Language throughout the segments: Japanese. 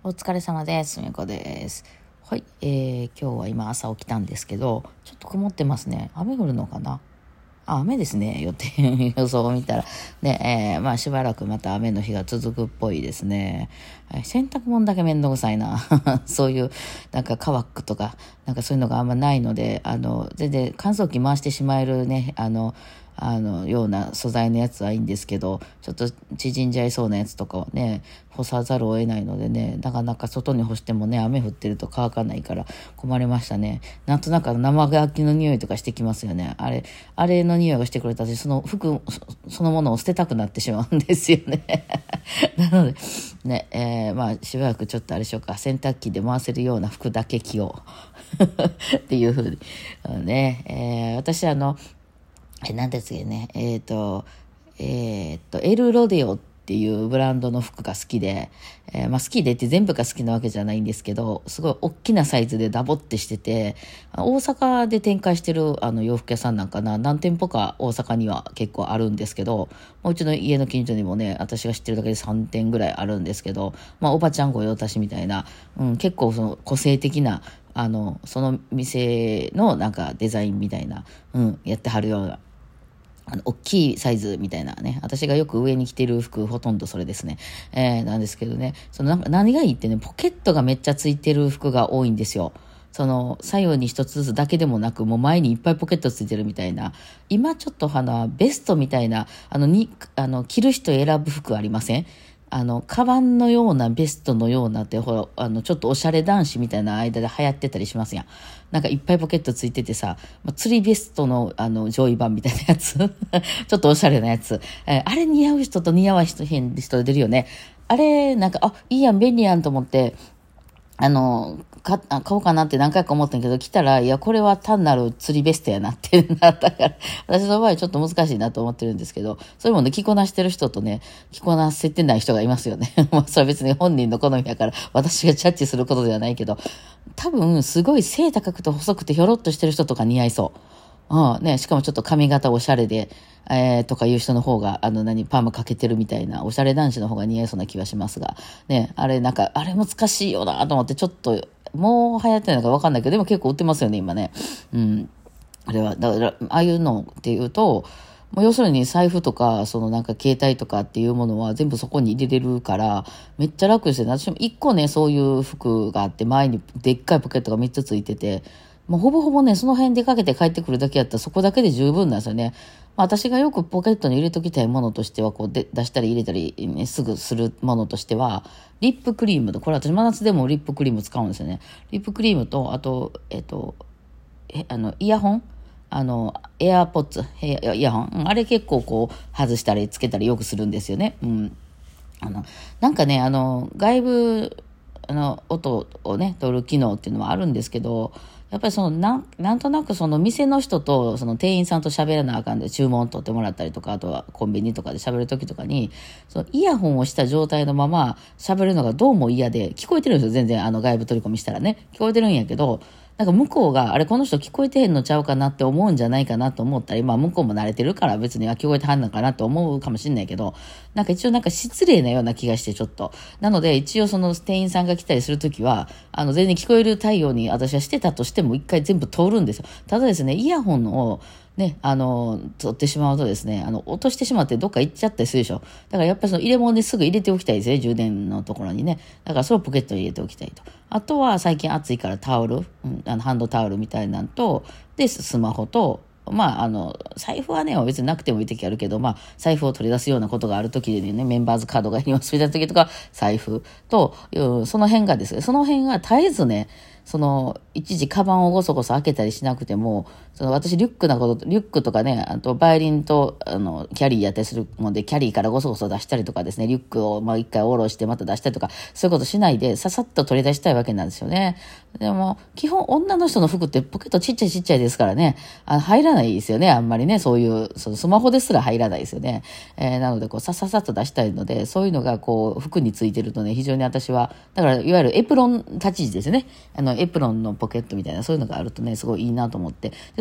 お疲れ様です。みこです。はい、今日は今朝起きたんですけど、ちょっと曇ってますね。雨降るのかな。雨ですね。予想を見たら。で、しばらくまた雨の日が続くっぽいですね。洗濯物だけめんどくさいな。そういう、なんか乾くとか、なんかそういうのがあんまないので、全然乾燥機回してしまえるね、ような素材のやつはいいんですけど、ちょっと縮んじゃいそうなやつとかをね、干さざるを得ないのでね、なかなか外に干してもね、雨降ってると乾かないから困りましたね。なんとなく生乾きの匂いとかしてきますよね。あれの匂いがしてくれたし、その服そのものを捨てたくなってしまうんですよね。なので、ね、しばらくちょっとあれしようか、洗濯機で回せるような服だけ着よう。っていうふうに。ね、私なんですけどね、エルロデオっていうブランドの服が好きで、好きでって全部が好きなわけじゃないんですけど、すごい大きなサイズでダボってしてて、大阪で展開してる洋服屋さんなんかな、何店舗か大阪には結構あるんですけど、うちの家の近所にもね、私が知ってるだけで3店ぐらいあるんですけど、おばちゃん御用達みたいな、結構その個性的な、その店のなんかデザインみたいな、やってはるような、大きいサイズみたいなね、私がよく上に着てる服、ほとんどそれですね。なんですけどね、何がいいってね、ポケットがめっちゃついてる服が多いんですよ。左右に一つずつだけでもなく、もう前にいっぱいポケットついてるみたいな。今ちょっとベストみたいな、着る人選ぶ服ありません？カバンのようなベストのようなって、ほら、ちょっとおしゃれ男子みたいな間で流行ってたりしますやん。なんかいっぱいポケットついててさ、釣りベストの上位版みたいなやつ。ちょっとおしゃれなやつ。あれ似合う人と似合わへん人出るよね。あれ、なんか、いいやん、便利やんと思って、買おうかなって何回か思ったんやけど、来たら、いや、これは単なる釣りベストやなってなったから、私の場合ちょっと難しいなと思ってるんですけど、そういうもんね、着こなしてる人とね、着こなせてない人がいますよね。それは別に本人の好みやから、私がジャッジすることではないけど、多分、すごい背高くて細くてひょろっとしてる人とか似合いそう。しかもちょっと髪型おしゃれで、とかいう人の方が、パーマかけてるみたいな、おしゃれ男子の方が似合いそうな気がしますが、ね、あれ難しいよなと思って、ちょっと、もう流行ってるのかわかんないけど、でも結構売ってますよね、今ね。あれは、だから、ああいうのっていうと、もう要するに財布とか、携帯とかっていうものは全部そこに入れれるから、めっちゃ楽ですよね。私も一個ね、そういう服があって、前にでっかいポケットが3つついてて、もうほぼほぼね、その辺出かけて帰ってくるだけやったらそこだけで十分なんですよね。私がよくポケットに入れときたいものとしては、出したり入れたり、ね、すぐするものとしては、リップクリームと、これ私真夏でもリップクリーム使うんですよね。リップクリームと、あと、イヤホンエアポッツ、イヤホン、あれ結構外したりつけたりよくするんですよね。なんかね、外部、音をね、取る機能っていうのもあるんですけど、やっぱりなんとなく店の人と店員さんと喋らなあかんで注文取ってもらったりとか、あとはコンビニとかで喋るときとかに、イヤホンをした状態のまま喋るのがどうも嫌で、聞こえてるんですよ、全然外部取り込みしたらね。聞こえてるんやけど、なんか向こうが、あれこの人聞こえてへんのちゃうかなって思うんじゃないかなと思ったり、向こうも慣れてるから別に聞こえてはんのかなと思うかもしれないけど、なんか一応なんか失礼なような気がしてちょっと。なので一応店員さんが来たりするときは、全然聞こえる対応に私はしてたとしても一回全部通るんですよ。ただですね、イヤホンをね、取ってしまうとですね、落としてしまってどっか行っちゃったりするでしょ。だからやっぱり入れ物ですぐ入れておきたいですね、充電のところにね。だからそれをポケットに入れておきたいと。あとは最近暑いからタオル、ハンドタオルみたいなんと、で、スマホと、財布はね、別になくてもいい時あるけど、財布を取り出すようなことがある時でね、メンバーズカードがいりますみたいな時とか、財布と、その辺がですね、その辺が絶えずね、一時カバンをごそごそ開けたりしなくても、私リュックとかね、あとバイオリンと、キャリーやったりするので、キャリーからごそごそ出したりとかですね、リュックを一回下ろしてまた出したりとか、そういうことしないで、ささっと取り出したいわけなんですよね。でも、基本女の人の服ってポケットちっちゃいちっちゃいですからね、入らないですよね、あんまりね、そういう、スマホですら入らないですよね。なので、ささっと出したいので、そういうのが服についてるとね、非常に私は、だから、いわゆるエプロン立ち位置ですね。エプロンのポケットみたいな、そういうのがあるとね、すごいいいなと思って。で、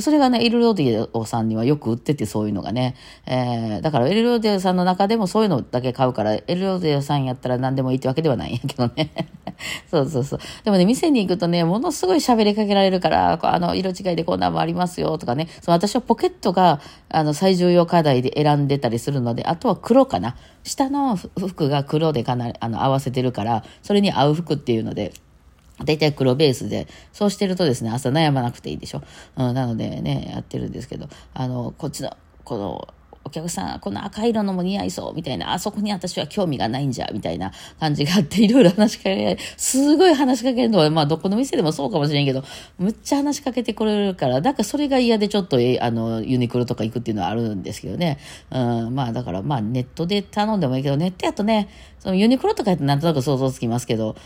それがね、エルロディオさんにはよく売ってて、そういうのがね。だからエルロディオさんの中でもそういうのだけ買うから、エルロディオさんやったら何でもいいってわけではないんやけどね。そうそうそう。でもね、店に行くとね、ものすごい喋りかけられるから、色違いでこんなんもありますよとかね。私はポケットが、最重要課題で選んでたりするので、あとは黒かな。下の服が黒でかなり、合わせてるから、それに合う服っていうので、だいたい黒ベースで、そうしてるとですね、朝悩まなくていいでしょ。なのでね、やってるんですけど、こっちの、この、お客さん、この赤色のも似合いそう、みたいな、あそこに私は興味がないんじゃ、みたいな感じがあって、いろいろ話しかけ、すごい話しかけるのは、まあ、どこの店でもそうかもしれんけど、むっちゃ話しかけてくれるから、だからそれが嫌でちょっと、ユニクロとか行くっていうのはあるんですけどね。まあ、だから、まあ、ネットで頼んでもいいけど、ネットやとね、そのユニクロとかやってなんとなく想像つきますけど、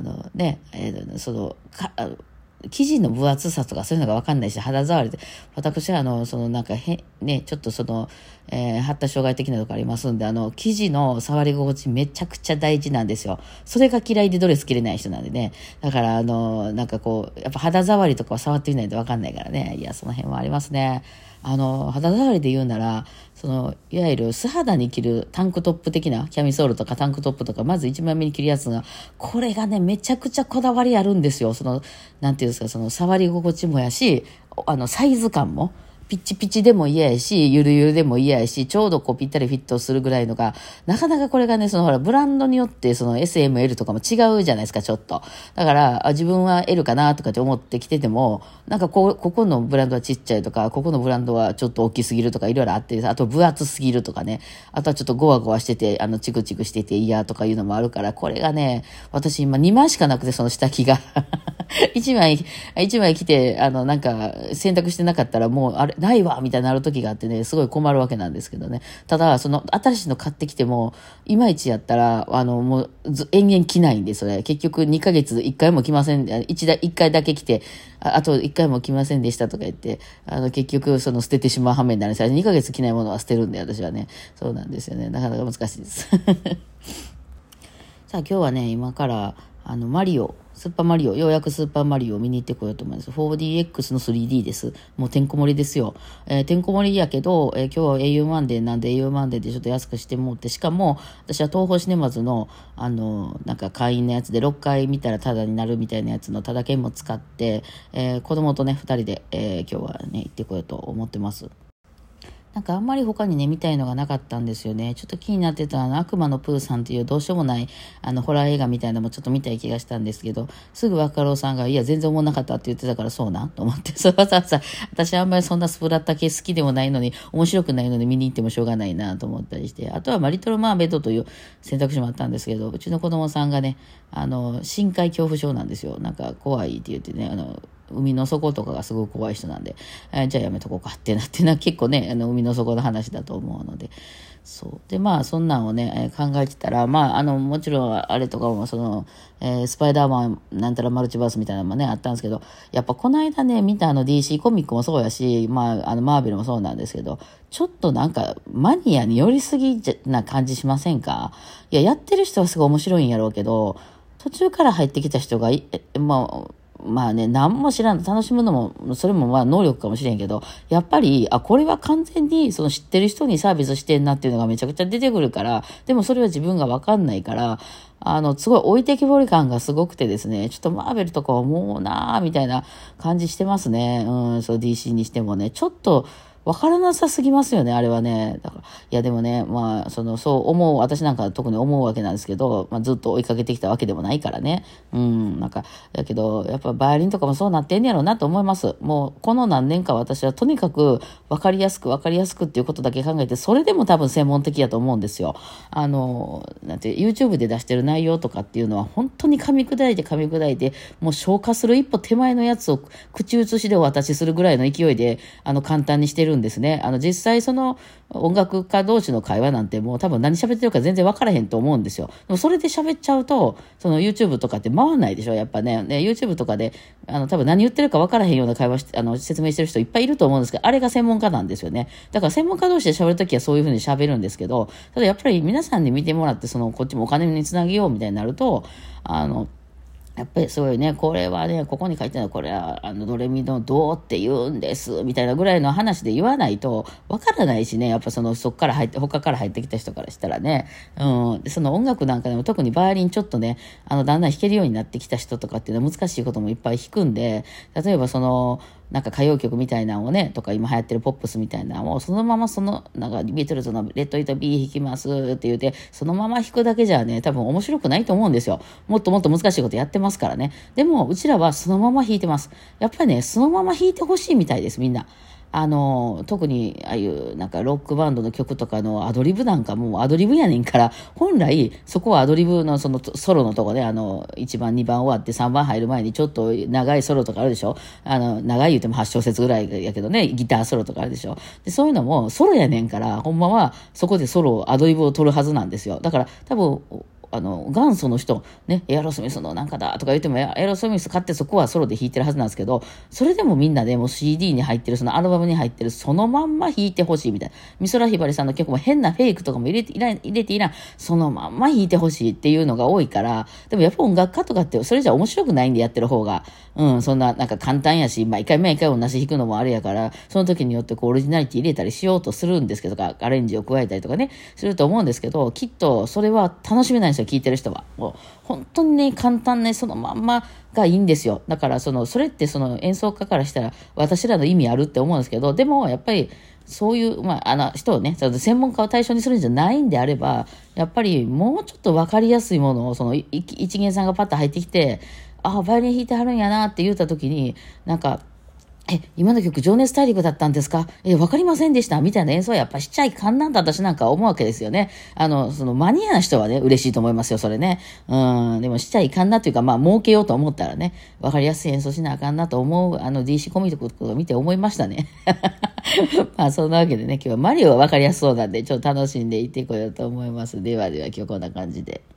生地の分厚さとかそういうのが分かんないし、肌触りで、私はちょっと発達障害的なとこありますんで、生地の触り心地めちゃくちゃ大事なんですよ。それが嫌いでドレス着れない人なんでね。だから、やっぱ肌触りとかは触ってみないと分かんないからね。いや、その辺はありますね。肌触りで言うなら、いわゆる素肌に着るタンクトップ的な、キャミソールとかタンクトップとか、まず一番目に着るやつが、これがね、めちゃくちゃこだわりあるんですよ。なんていうんですか、触り心地もやし、サイズ感も。ピッチピチでも嫌やし、ゆるゆるでも嫌やし、ちょうどぴったりフィットするぐらいのが、なかなかこれがね、ブランドによって、SML とかも違うじゃないですか、ちょっと。だから、自分は L かなとかって思って着てても、ここのブランドはちっちゃいとか、ここのブランドはちょっと大きすぎるとか、いろいろあって、あと分厚すぎるとかね、あとはちょっとゴワゴワしてて、チクチクしてて嫌とかいうのもあるから、これがね、私今2枚しかなくて、下着が。1枚着て、洗濯してなかったらもう、あれ、ないわみたいになる時があってね、すごい困るわけなんですけどね。ただ、新しいの買ってきても、いまいちやったら、もう、延々着ないんで、それ。結局2ヶ月1回も着ません、1回だけ着て、あと1回も着ませんでしたとか言って、結局、捨ててしまう羽目になるんですよ。2ヶ月着ないものは捨てるんで、私はね。そうなんですよね。なかなか難しいです。さあ、今日はね、今から、スーパーマリオ、ようやくスーパーマリオを見に行ってこようと思います。4DX の 3D です。もうてんこ盛りですよ。てんこ盛りやけど、今日は au マンデーなんで au マンデーでちょっと安くしてもって、しかも、私は東宝シネマズの、会員のやつで6回見たらタダになるみたいなやつのタダ券も使って、子供とね、2人で、今日はね、行ってこようと思ってます。あんまり他にね、見たいのがなかったんですよね。ちょっと気になってた悪魔のプーさんっていうどうしようもない、ホラー映画みたいなのもちょっと見たい気がしたんですけど、すぐ若郎さんが、いや、全然思わなかったって言ってたからそうなと思って、わざわざ、私あんまりそんなスプラッタ系好きでもないのに、面白くないので見に行ってもしょうがないなと思ったりして、あとはリトル・マーメイドという選択肢もあったんですけど、うちの子供さんがね、深海恐怖症なんですよ。怖いって言ってね、海の底とかがすごく怖い人なんで、じゃあやめとこうかってなって結構ね、海の底の話だと思うので、そう。で、そんなんをね、考えてたら、もちろんあれとかも、スパイダーマンなんたらマルチバースみたいなのもね、あったんですけど、やっぱこの間ね、見たDC コミックもそうやし、マーベルもそうなんですけど、ちょっとマニアに寄りすぎな感じしませんか？いや、やってる人はすごい面白いんやろうけど、途中から入ってきた人が何も知らん、楽しむのも、それも能力かもしれんけど、やっぱり、これは完全に知ってる人にサービスしてんなっていうのがめちゃくちゃ出てくるから、でもそれは自分がわかんないから、すごい置いてきぼり感がすごくてですね、ちょっとマーベルとかはもうなーみたいな感じしてますね。DC にしてもね、ちょっと、わからなさすぎますよね、あれはね。だから、いやでもね、そう思う、私なんか特に思うわけなんですけど、ずっと追いかけてきたわけでもないからね。だけど、やっぱバイオリンとかもそうなってんねやろうなと思います。もう、この何年か私はとにかくわかりやすくっていうことだけ考えて、それでも多分専門的やと思うんですよ。YouTube で出してる内容とかっていうのは、本当に噛み砕いて、もう消化する一歩手前のやつを口移しでお渡しするぐらいの勢いで、簡単にしてるんですね。実際音楽家同士の会話なんてもう多分何喋ってるか全然分からへんと思うんですよ。でもそれで喋っちゃうと、YouTube とかって回んないでしょ、やっぱね。YouTube とかで、多分何言ってるか分からへんような会話説明してる人いっぱいいると思うんですけど、あれが専門家なんですよね。だから専門家同士で喋るときはそういうふうに喋るんですけど、ただやっぱり皆さんに見てもらって、こっちもお金につなげようみたいになると、 やっぱりそういうね、これはね、ここに書いてあるのは、これはドレミのドって言うんです、みたいなぐらいの話で言わないとわからないしね、やっぱそっから他から入ってきた人からしたらね、でその音楽なんかでも特にバイオリンちょっとね、だんだん弾けるようになってきた人とかっていうのは難しいこともいっぱい弾くんで、例えばなんか歌謡曲みたいなのをね、とか今流行ってるポップスみたいなのをそのままなんかビートルズのレッドイットビー弾きますって言って、そのまま弾くだけじゃね、多分面白くないと思うんですよ。もっともっと難しいことやってますからね。でも、うちらはそのまま弾いてます。やっぱりね、そのまま弾いてほしいみたいです、みんな。特に、ああいう、なんか、ロックバンドの曲とかのアドリブなんかもうアドリブやねんから、本来、そこはアドリブのそのソロのとこで、1番、2番終わって3番入る前にちょっと長いソロとかあるでしょ。長い言うても8小節ぐらいやけどね、ギターソロとかあるでしょ。で、そういうのもソロやねんから、ほんまはそこでアドリブを取るはずなんですよ。だから、多分、元祖の人、ね、エアロスミスのなんかだとか言っても、エアロスミス買ってそこはソロで弾いてるはずなんですけど、それでもみんなでもう CD に入ってる、そのアルバムに入ってる、そのまんま弾いてほしいみたいな。美空ひばりさんの曲も変なフェイクとかも入れていらん、そのまんま弾いてほしいっていうのが多いから、でもやっぱ音楽家とかってそれじゃ面白くないんでやってる方が、そんななんか簡単やし、毎回同じ弾くのもあれやから、その時によってオリジナリティ入れたりしようとするんですけど、アレンジを加えたりとかね、すると思うんですけど、きっとそれは楽しめないんですよ。聞いてる人はもう本当にね、簡単ね、そのまんまがいいんですよ。だからそれって演奏家からしたら私らの意味あるって思うんですけど、でもやっぱりそういう、人をね、専門家を対象にするんじゃないんであれば、やっぱりもうちょっと分かりやすいものを、一元さんがパッと入ってきて、バイオリン弾いてはるんやなって言った時に、なんか、今の曲情熱大陸だったんですか？わかりませんでしたみたいな演奏はやっぱしちゃいかんなんだ私なんか思うわけですよね。マニアな人はね、嬉しいと思いますよ、それね。でもしちゃいかんなというか、儲けようと思ったらね、わかりやすい演奏しなあかんなと思う、DC コミックとか見て思いましたね。そんなわけでね、今日はマリオがわかりやすそうなんで、ちょっと楽しんでいってこようと思います。ではでは今日こんな感じで。